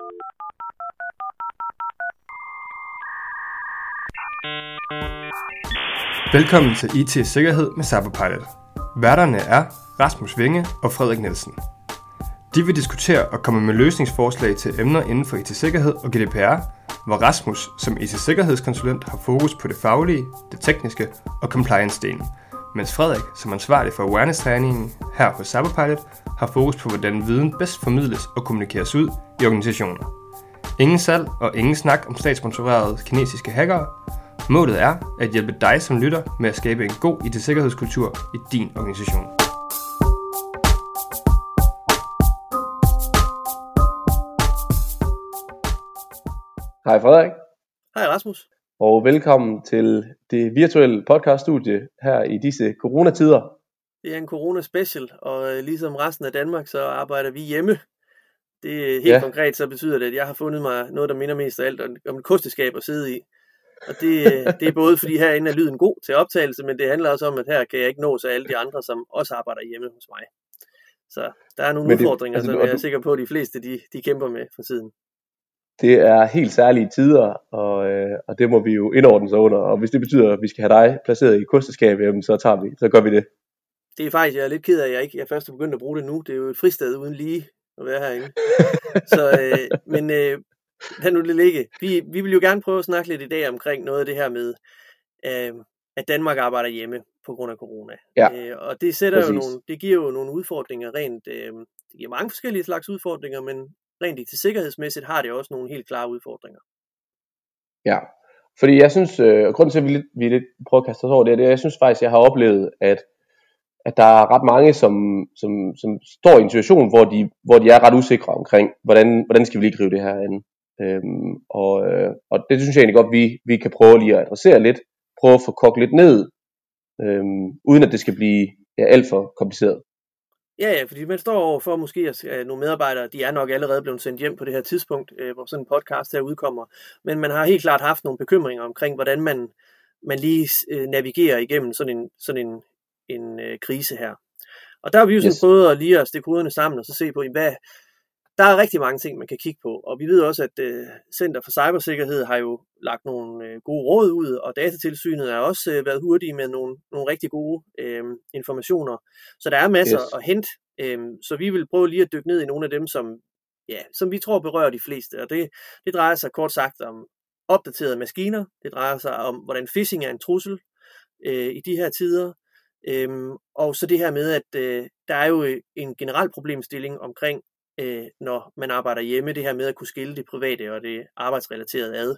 Velkommen til IT Sikkerhed med Cyberpilot. Værterne er Rasmus Winge og Frederik Nielsen. De vil diskutere og komme med løsningsforslag til emner inden for IT-sikkerhed og GDPR, hvor Rasmus som IT-sikkerhedskonsulent har fokus på det faglige, det tekniske og compliance-delen, mens Frederik som ansvarlig for awareness-træningen her hos Cyberpilot har fokus på, hvordan viden bedst formidles og kommunikeres ud i organisationer. Ingen salg og ingen snak om statssponsorerede kinesiske hackere. Målet er at hjælpe dig som lytter med at skabe en god IT-sikkerhedskultur i din organisation. Hej Frederik. Hej Rasmus. Og velkommen til det virtuelle podcaststudie her i disse coronatider. Det er en corona-special, og ligesom resten af Danmark, så arbejder vi hjemme. Det er helt konkret, så betyder det, at jeg har fundet mig noget, der minder mest af alt om et kosteskab at sidde i. Og det er både fordi herinde er lyden god til optagelse, men det handler også om, at her kan jeg ikke nås af alle de andre, som også arbejder hjemme hos mig. Så der er nogle udfordringer, som jeg er sikker på, at de fleste de kæmper med for tiden. Det er helt særlige tider, og det må vi jo indordne sig under. Og hvis det betyder, at vi skal have dig placeret i kosteskab, jamen, så gør vi det. Det er faktisk, jeg er lidt ked af, at jeg først er begyndt at bruge det nu. Det er jo et fristed uden lige at være herinde. Men lad nu det ligge. Vi vil jo gerne prøve at snakke lidt i dag omkring noget af det her med, at Danmark arbejder hjemme på grund af corona. Ja, og det det giver jo nogle udfordringer rent. Det giver mange forskellige slags udfordringer, men rent til sikkerhedsmæssigt har det også nogle helt klare udfordringer. Ja, fordi jeg synes, og grunden til at vi lidt prøver at kaste os over det, jeg synes faktisk, jeg har oplevet, at der er ret mange, som står i en situation, hvor de er ret usikre omkring, hvordan skal vi lige gribe det her an. Og det synes jeg egentlig godt, vi kan prøve lige at adressere lidt, prøve at få kogt lidt ned, uden at det skal blive alt for kompliceret. Ja, fordi man står overfor måske at nogle medarbejdere, de er nok allerede blevet sendt hjem på det her tidspunkt, hvor sådan en podcast her udkommer, men man har helt klart haft nogle bekymringer omkring, hvordan man lige navigerer igennem sådan en krise her. Og der har vi jo sådan prøvet at lige at stikke hovederne sammen og så se på, der er rigtig mange ting, man kan kigge på, og vi ved også, at Center for Cybersikkerhed har jo lagt nogle gode råd ud, og Datatilsynet har også været hurtige med nogle rigtig gode informationer. Så der er masser at hente, så vi vil prøve lige at dykke ned i nogle af dem, som vi tror berører de fleste. Og det drejer sig kort sagt om opdaterede maskiner, det drejer sig om, hvordan phishing er en trussel i de her tider, og så det her med, at der er jo en generel problemstilling omkring, når man arbejder hjemme, det her med at kunne skille det private og det arbejdsrelaterede ad.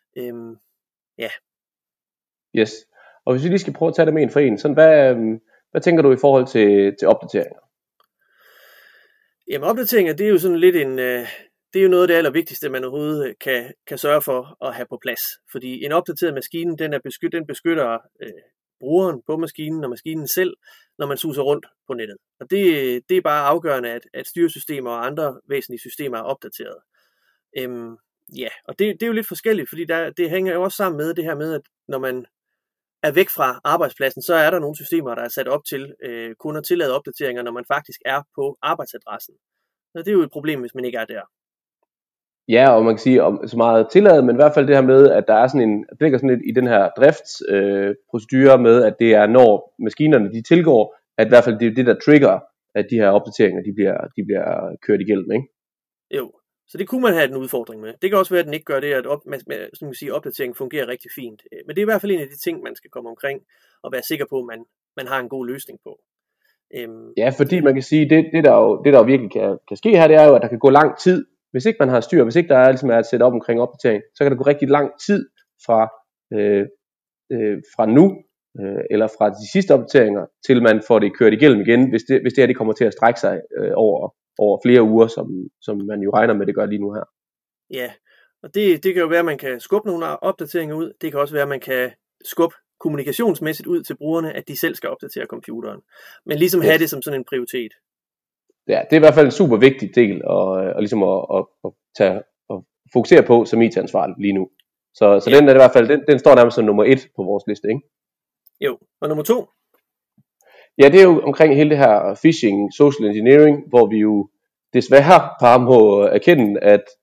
Yes. Og hvis vi lige skal prøve at tage det med en for en, sådan hvad tænker du i forhold til opdateringer? Jamen opdateringer, det er jo sådan lidt det er jo noget af det allervigtigste, man overhovedet kan sørge for at have på plads. Fordi en opdateret maskine, den beskytter brugeren på maskinen og maskinen selv, når man suser rundt på nettet. Og det er bare afgørende, at styresystemer og andre væsentlige systemer er opdateret. Og det er jo lidt forskelligt, fordi det hænger jo også sammen med det her med, at når man er væk fra arbejdspladsen, så er der nogle systemer, der er sat op til kun at tillade opdateringer, når man faktisk er på arbejdsadressen. Og det er jo et problem, hvis man ikke er der. Ja, og man kan sige så meget tilladet, men i hvert fald det her med, at der er det ligger sådan lidt i den her driftsprocedure med, at det er når maskinerne de tilgår, at i hvert fald det er det der trigger, at de her opdateringer de bliver kørt igennem, ikke? Jo, så det kunne man have en udfordring med. Det kan også være, at den ikke gør det, at opdateringen fungerer rigtig fint. Men det er i hvert fald en af de ting, man skal komme omkring og være sikker på, at man har en god løsning på. Ja, fordi man kan sige, det der jo virkelig kan ske her, det er jo, at der kan gå lang tid. Hvis ikke man har styr, hvis ikke der er et setup omkring opdatering, så kan det gå rigtig lang tid fra nu, eller fra de sidste opdateringer, til man får det kørt igennem igen, hvis det her det kommer til at strække sig over flere uger, som man jo regner med, det gør lige nu her. Ja, og det kan jo være, at man kan skubbe nogle opdateringer ud. Det kan også være, at man kan skubbe kommunikationsmæssigt ud til brugerne, at de selv skal opdatere computeren. Men ligesom have det som sådan en prioritet. Ja, det er i hvert fald en super vigtig del og ligesom at fokusere på som IT-ansvarlig lige nu. Så den er i hvert fald den står nærmest som nummer 1 på vores liste, ikke? Jo, og nummer 2? Ja, det er jo omkring hele det her phishing, social engineering, hvor vi jo desværre bare må erkende,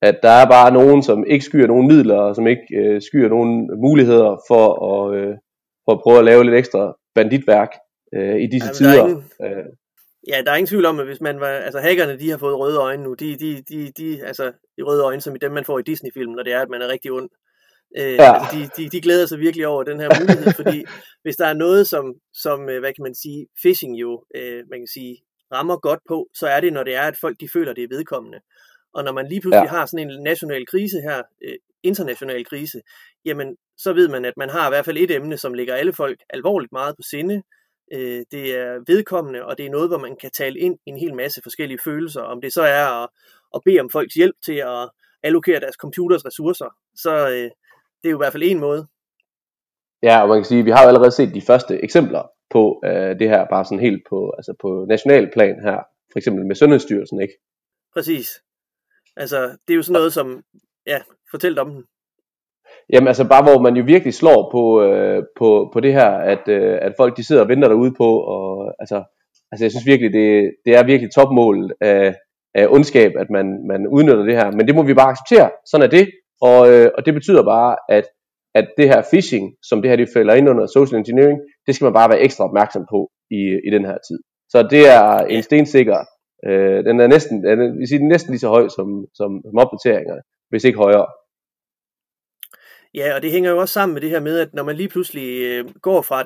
at der er bare nogen, som ikke skyer nogen midler, og som ikke skyer nogen muligheder for at prøve at lave lidt ekstra banditværk i disse tider. Ja, der er ingen tvivl om, at hvis man var, altså hackerne, de har fået røde øjne nu, altså de røde øjne, som i dem, man får i Disney-film, når det er, at man er rigtig ond. Altså de glæder sig virkelig over den her mulighed, fordi hvis der er noget, som hvad kan man sige, phishing jo, man kan sige, rammer godt på, så er det, når det er, at folk de føler, det er vedkommende. Og når man lige pludselig har sådan en national krise her, international krise, jamen, så ved man, at man har i hvert fald et emne, som ligger alle folk alvorligt meget på sinde. Det er vedkommende, og det er noget, hvor man kan tale ind en hel masse forskellige følelser. Om det så er at bede om folks hjælp til at allokere deres computers ressourcer, så det er jo i hvert fald en måde. Ja, og man kan sige, at vi har jo allerede set de første eksempler på det her, bare sådan helt på national plan her, for eksempel med Sundhedsstyrelsen, ikke? Præcis. Altså, det er jo sådan noget som, ja, fortæl om den. Jamen altså bare hvor man jo virkelig slår på det her, at folk de sidder og venter derude på, og altså jeg synes virkelig, det er virkelig topmålet af ondskab, at man udnytter det her, men det må vi bare acceptere, sådan er det, og det betyder bare, at det her phishing, som det her det falder ind under social engineering, det skal man bare være ekstra opmærksom på i den her tid. Så det er en stensikker, den er næsten lige så høj som opdateringerne, hvis ikke højere. Ja, og det hænger jo også sammen med det her med, at når man lige pludselig går fra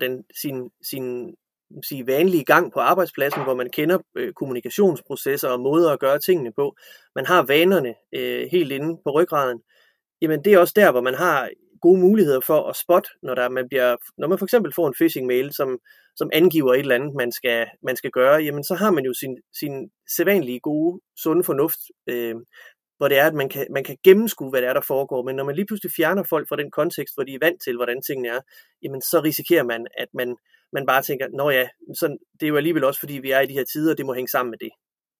sin vanlige gang på arbejdspladsen, hvor man kender kommunikationsprocesser og måder at gøre tingene på, man har vanerne helt inde på ryggraden, jamen det er også der, hvor man har gode muligheder for at spotte, når man for eksempel får en phishing-mail, som angiver et eller andet, man skal gøre, jamen så har man jo sin sædvanlige gode, sunde fornuft, hvor det er, at man kan gennemskue, hvad det er, der foregår. Men når man lige pludselig fjerner folk fra den kontekst, hvor de er vant til, hvordan tingene er, jamen så risikerer man, at man bare tænker, nå ja, sådan, det er jo alligevel også, fordi vi er i de her tider, det må hænge sammen med det.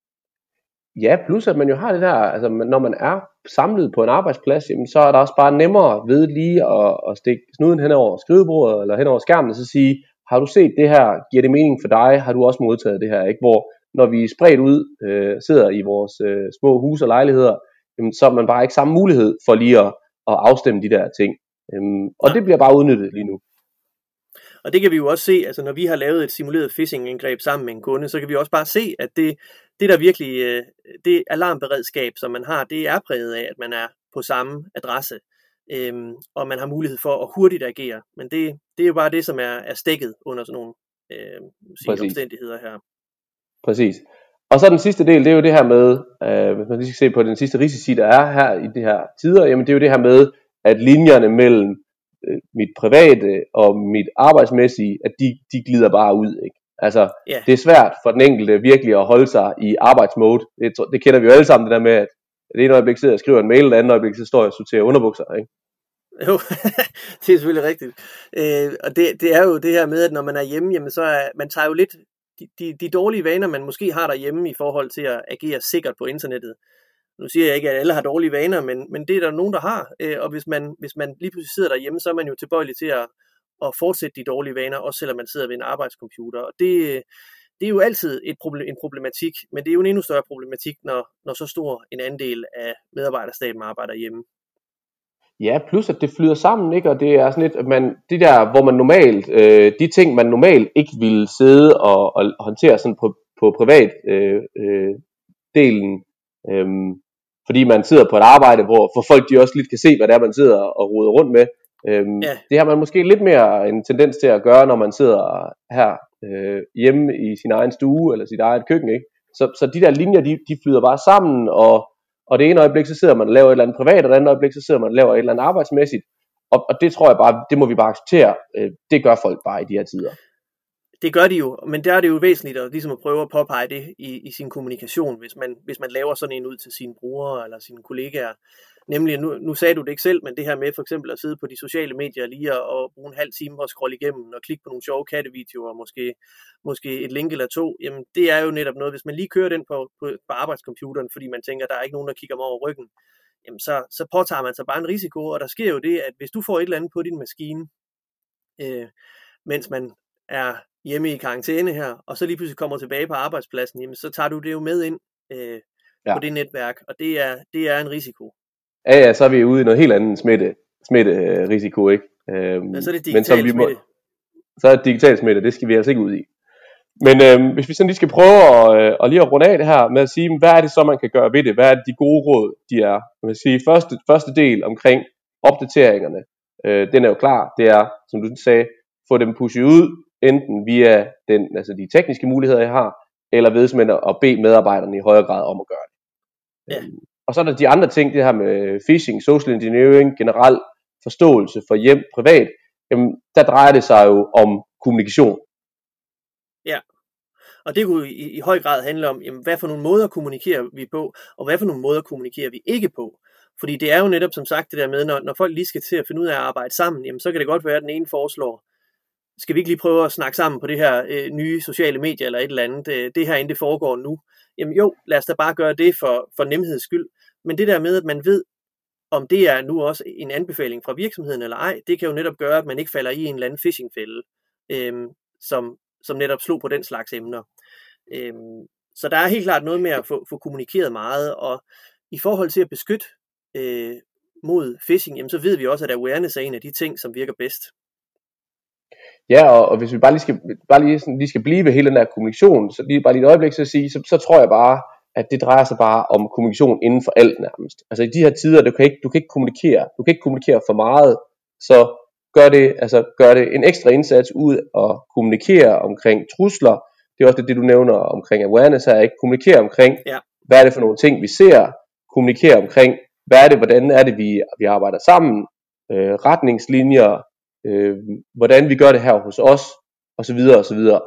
Ja, plus at man jo har det der, altså når man er samlet på en arbejdsplads, jamen, så er det også bare nemmere ved lige at stikke snuden hen over skrivebordet, eller hen over skærmen, og så sige, har du set det her, giver det mening for dig, har du også modtaget det her, ikke? Hvor når vi er spredt ud, sidder i vores små huse og lejligheder, jamen, så har man bare ikke samme mulighed for lige at afstemme de der ting. Og det bliver bare udnyttet lige nu. Og det kan vi jo også se, altså når vi har lavet et simuleret phishing-indgreb sammen med en kunde, så kan vi også bare se, at det der virkelig, det alarmberedskab, som man har, det er præget af, at man er på samme adresse, og man har mulighed for at hurtigt agere. Men det er jo bare det, som er stikket under sådan nogle omstændigheder her. Præcis. Og så den sidste del, det er jo det her med, hvis man lige skal se på den sidste risici, der er her i de her tider, jamen det er jo det her med, at linjerne mellem mit private og mit arbejdsmæssige, at de glider bare ud, ikke? Altså, Det er svært for den enkelte virkelig at holde sig i arbejdsmode. Det kender vi jo alle sammen, det der med, at det ene øjeblik sidder og skriver en mail, det andet øjeblik så står jeg og sorterer underbukser, ikke? Jo, det er selvfølgelig rigtigt. Og det er jo det her med, at når man er hjemme, jamen så man tager jo lidt de dårlige vaner, man måske har derhjemme i forhold til at agere sikkert på internettet. Nu siger jeg ikke, at alle har dårlige vaner, men det er der nogen, der har. Og hvis man lige pludselig sidder derhjemme, så er man jo tilbøjelig til at fortsætte de dårlige vaner, også selvom man sidder ved en arbejdscomputer. Og det er jo altid en problematik, men det er jo en endnu større problematik, når så stor en andel af medarbejderstaben arbejder hjemme. Ja, plus at det flyder sammen, ikke? Og det er sådan lidt, at det der, hvor man normalt, de ting, man normalt ikke ville sidde og håndtere sådan på privat delen, fordi man sidder på et arbejde, hvor folk de også lidt kan se, hvad det er, man sidder og roder rundt med. Det har man måske lidt mere en tendens til at gøre, når man sidder her hjemme i sin egen stue eller sit eget køkken, ikke? Så de der linjer, de flyder bare sammen, og det ene øjeblik, så sidder man og laver et eller andet privat, og det andet øjeblik, så sidder man og laver et eller andet arbejdsmæssigt. Og det tror jeg bare, det må vi bare acceptere. Det gør folk bare i de her tider. Det gør de jo, men der er det jo væsentligt at, ligesom at prøve at påpege det i sin kommunikation, hvis man laver sådan en ud til sine brugere eller sine kollegaer. Nemlig, nu sagde du det ikke selv, men det her med for eksempel at sidde på de sociale medier lige og bruge en halv time på at scrolle igennem og klikke på nogle sjove kattevideoer, måske et link eller to, jamen det er jo netop noget, hvis man lige kører den på arbejdscomputeren, fordi man tænker, der er ikke nogen, der kigger mig over ryggen, jamen så påtager man sig bare en risiko, og der sker jo det, at hvis du får et eller andet på din maskine, mens man er hjemme i karantæne her, og så lige pludselig kommer tilbage på arbejdspladsen, jamen så tager du det jo med ind på det netværk, og det er en risiko. Ja, så er vi ude i noget helt andet smitterisiko, ikke? Men så er det men som digital vi må, smitte. så er det digital smitte, det skal vi altså ikke ud i. Men hvis vi sådan lige skal prøve at lige at runde af det her med at sige, hvad er det så man kan gøre ved det? Hvad er det de gode råd, de er? Man vil sige, første del omkring opdateringerne, den er jo klar. Det er, som du sagde, få dem pushet ud, enten via de tekniske muligheder, jeg har, eller ved simpelthen at bede medarbejderne i højere grad om at gøre det. Ja. Og så er der de andre ting, det her med phishing, social engineering, generel forståelse for hjem, privat, jamen, der drejer det sig jo om kommunikation. Ja, og det kunne i høj grad handle om, jamen, hvad for nogle måder kommunikerer vi på, og hvad for nogle måder kommunikerer vi ikke på. Fordi det er jo netop som sagt det der med, når folk lige skal til at finde ud af at arbejde sammen, jamen, så kan det godt være, at den ene foreslår, skal vi ikke lige prøve at snakke sammen på det her nye sociale medier eller et eller andet, det herinde det foregår nu. Jamen jo, lad os da bare gøre det for nemheds skyld. Men det der med, at man ved, om det er nu også en anbefaling fra virksomheden eller ej, det kan jo netop gøre, at man ikke falder i en eller anden phishing-fælde, som netop slog på den slags emner. Så der er helt klart noget med at få kommunikeret meget, og i forhold til at beskytte mod phishing, jamen, så ved vi også, at awareness er en af de ting, som virker bedst. Ja, og hvis vi bare lige skal blive ved hele den der kommunikation, så lige et øjeblik så tror jeg bare, at det drejer sig bare om kommunikation inden for alt nærmest. Altså i de her tider, du kan ikke kommunikere for meget, så gør det en ekstra indsats ud og kommunikere omkring trusler. Det er også det du nævner omkring awareness her, ikke? Kommunikere omkring, hvad er det for nogle ting vi ser, kommunikere omkring, hvordan er det vi arbejder sammen, retningslinjer, hvordan vi gør det her hos os, og så videre og så videre.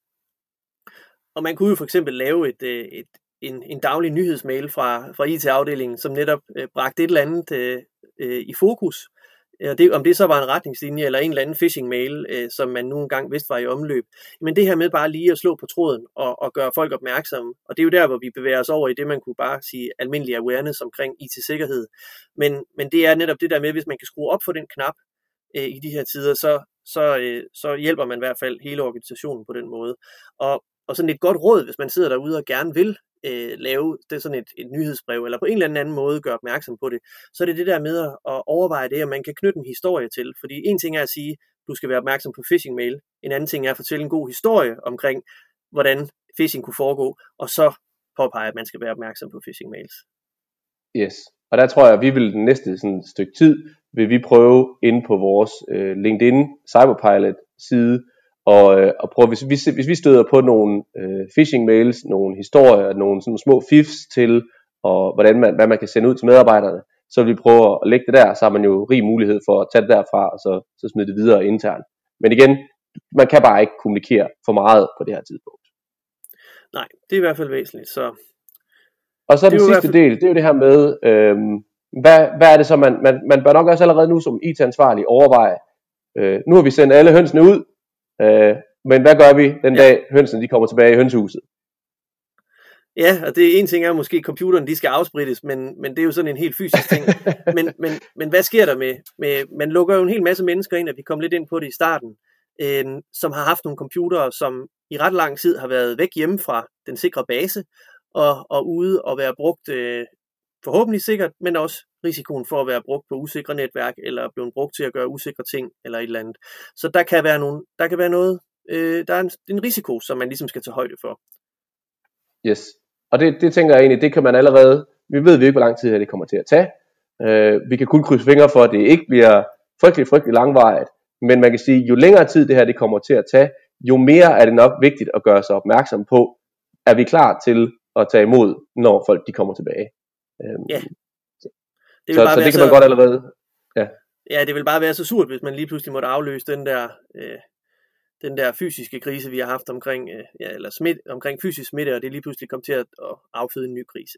Og man kunne jo for eksempel lave en daglig nyhedsmail fra IT-afdelingen, som netop bragte et eller andet i fokus. Om det så var en retningslinje eller en eller anden phishing-mail, som man nu engang vidste var i omløb. Men det her med bare lige at slå på tråden og gøre folk opmærksomme, og det er jo der, hvor vi bevæger os over i det, man kunne bare sige almindelig awareness omkring IT-sikkerhed. Men det er netop det der med, hvis man kan skrue op for den knap i de her tider, så hjælper man i hvert fald hele organisationen på den måde. Og sådan et godt råd, hvis man sidder derude og gerne vil lave det sådan et nyhedsbrev, eller på en eller anden måde gøre opmærksom på det, så er det der med at overveje det, at man kan knytte en historie til. Fordi en ting er at sige, du skal være opmærksom på phishing-mail, en anden ting er at fortælle en god historie omkring, hvordan phishing kunne foregå, og så påpege, at man skal være opmærksom på phishing-mails. Yes, og der tror jeg, at vi vil den næste sådan stykke tid, vil vi prøve inde på vores LinkedIn Cyberpilot side, og prøve, hvis vi støder på nogle phishing mails, nogle historier, nogle sådan små fifs til, og hvad man kan sende ud til medarbejderne, så vil vi prøve at lægge det der, så har man jo rig mulighed for at tage det derfra, og så smide det videre internt. Men igen, man kan bare ikke kommunikere for meget på det her tidspunkt. Nej, det er i hvert fald væsentligt. Og så den sidste del, det er jo det her med, hvad er det så, man bør nok også allerede nu som IT-ansvarlig overveje. Nu har vi sendt alle hønsene ud, men hvad gør vi den dag hønsene de kommer tilbage i hønsehuset? Ja, og det en ting er måske, at computeren de skal afsprittes, men det er jo sådan en helt fysisk ting. men hvad sker der med man lukker jo en hel masse mennesker ind, at vi kom lidt ind på det i starten, som har haft nogle computere, som i ret lang tid har været væk hjemme fra den sikre base, og ude og være brugt forhåbentlig sikkert, men også risikoen for at være brugt på usikre netværk, eller blevet brugt til at gøre usikre ting, eller et eller andet. Så der kan være noget, der er en risiko, som man ligesom skal tage højde for. Yes, og det tænker jeg egentlig, det kan man allerede, vi ved ikke, hvor lang tid det kommer til at tage. Vi kan kun krydse fingre for, at det ikke bliver frygtelig langvarigt, men man kan sige, jo længere tid det her det kommer til at tage, jo mere er det nok vigtigt at gøre sig opmærksom på, er vi klar til at tage imod, når folk de kommer tilbage. Ja. Så det kan man godt allerede. Ja, det vil bare være så surt, hvis man lige pludselig måtte afløse den der fysiske krise, vi har haft omkring omkring fysisk smitte, og det lige pludselig kom til at afføde en ny krise.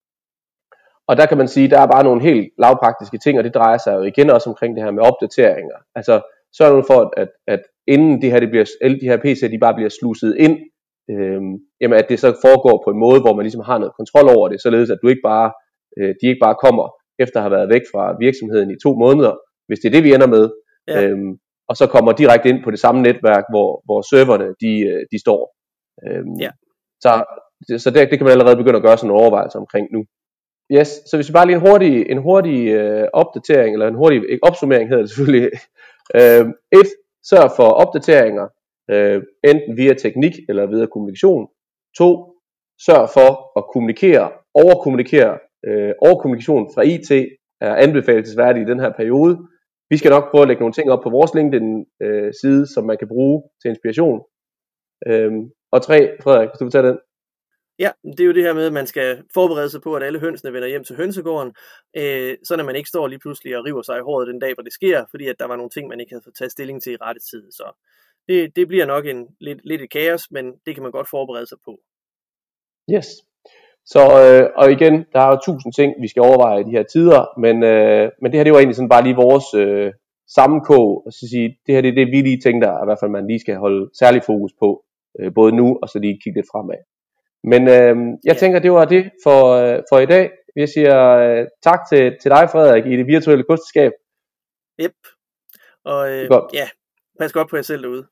Og der kan man sige, der er bare nogle helt lavpraktiske ting, og det drejer sig jo igen også omkring det her med opdateringer. Altså sørg nu for, at inden alle de her PC'er, de bare bliver sluset ind, jamen at det så foregår på en måde, hvor man ligesom har noget kontrol over det, således at de ikke bare kommer efter at have været væk fra virksomheden i 2 måneder, hvis det er det, vi ender med, og så kommer direkte ind på det samme netværk, hvor serverne de står. Så det kan man allerede begynde at gøre sådan nogle overvejelser omkring nu. Yes, så hvis vi bare lige en hurtig opdatering, eller en hurtig opsummering hedder det selvfølgelig. 1. Sørg for opdateringer, enten via teknik eller via kommunikation. 2. Sørg for at kommunikere, overkommunikation fra IT er anbefalelsesværdig i den her periode. Vi skal nok prøve at lægge nogle ting op på vores LinkedIn-side, som man kan bruge til inspiration. Og 3, Frederik, hvis du vil tage den. Ja, det er jo det her med, at man skal forberede sig på, at alle hønsene vender hjem til hønsegården, sådan at man ikke står lige pludselig og river sig i håret den dag, hvor det sker, fordi at der var nogle ting, man ikke havde fået taget stilling til i rette tid. Så det bliver nok lidt et kaos, men det kan man godt forberede sig på. Yes. Så, og igen, der er jo 1000 ting, vi skal overveje i de her tider, men det her, det var egentlig sådan bare lige vores sammenkog, og så sige, det her, det er det, vi lige tænker, i hvert fald man lige skal holde særlig fokus på, både nu, og så lige kigge lidt fremad. Men jeg tænker, det var det for i dag. Jeg siger tak til dig, Frederik, i det virtuelle kosteskab. Yep. Og pas godt på jer selv derude.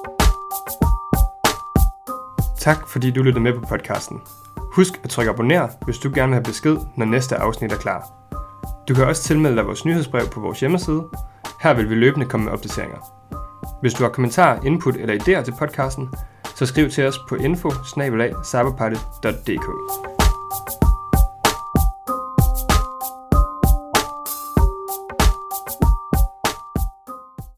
Tak fordi du lyttede med på podcasten. Husk at trykke abonner, hvis du gerne vil have besked, når næste afsnit er klar. Du kan også tilmelde dig vores nyhedsbrev på vores hjemmeside. Her vil vi løbende komme med opdateringer. Hvis du har kommentarer, input eller idéer til podcasten, så skriv til os på info@cyberpilot.dk.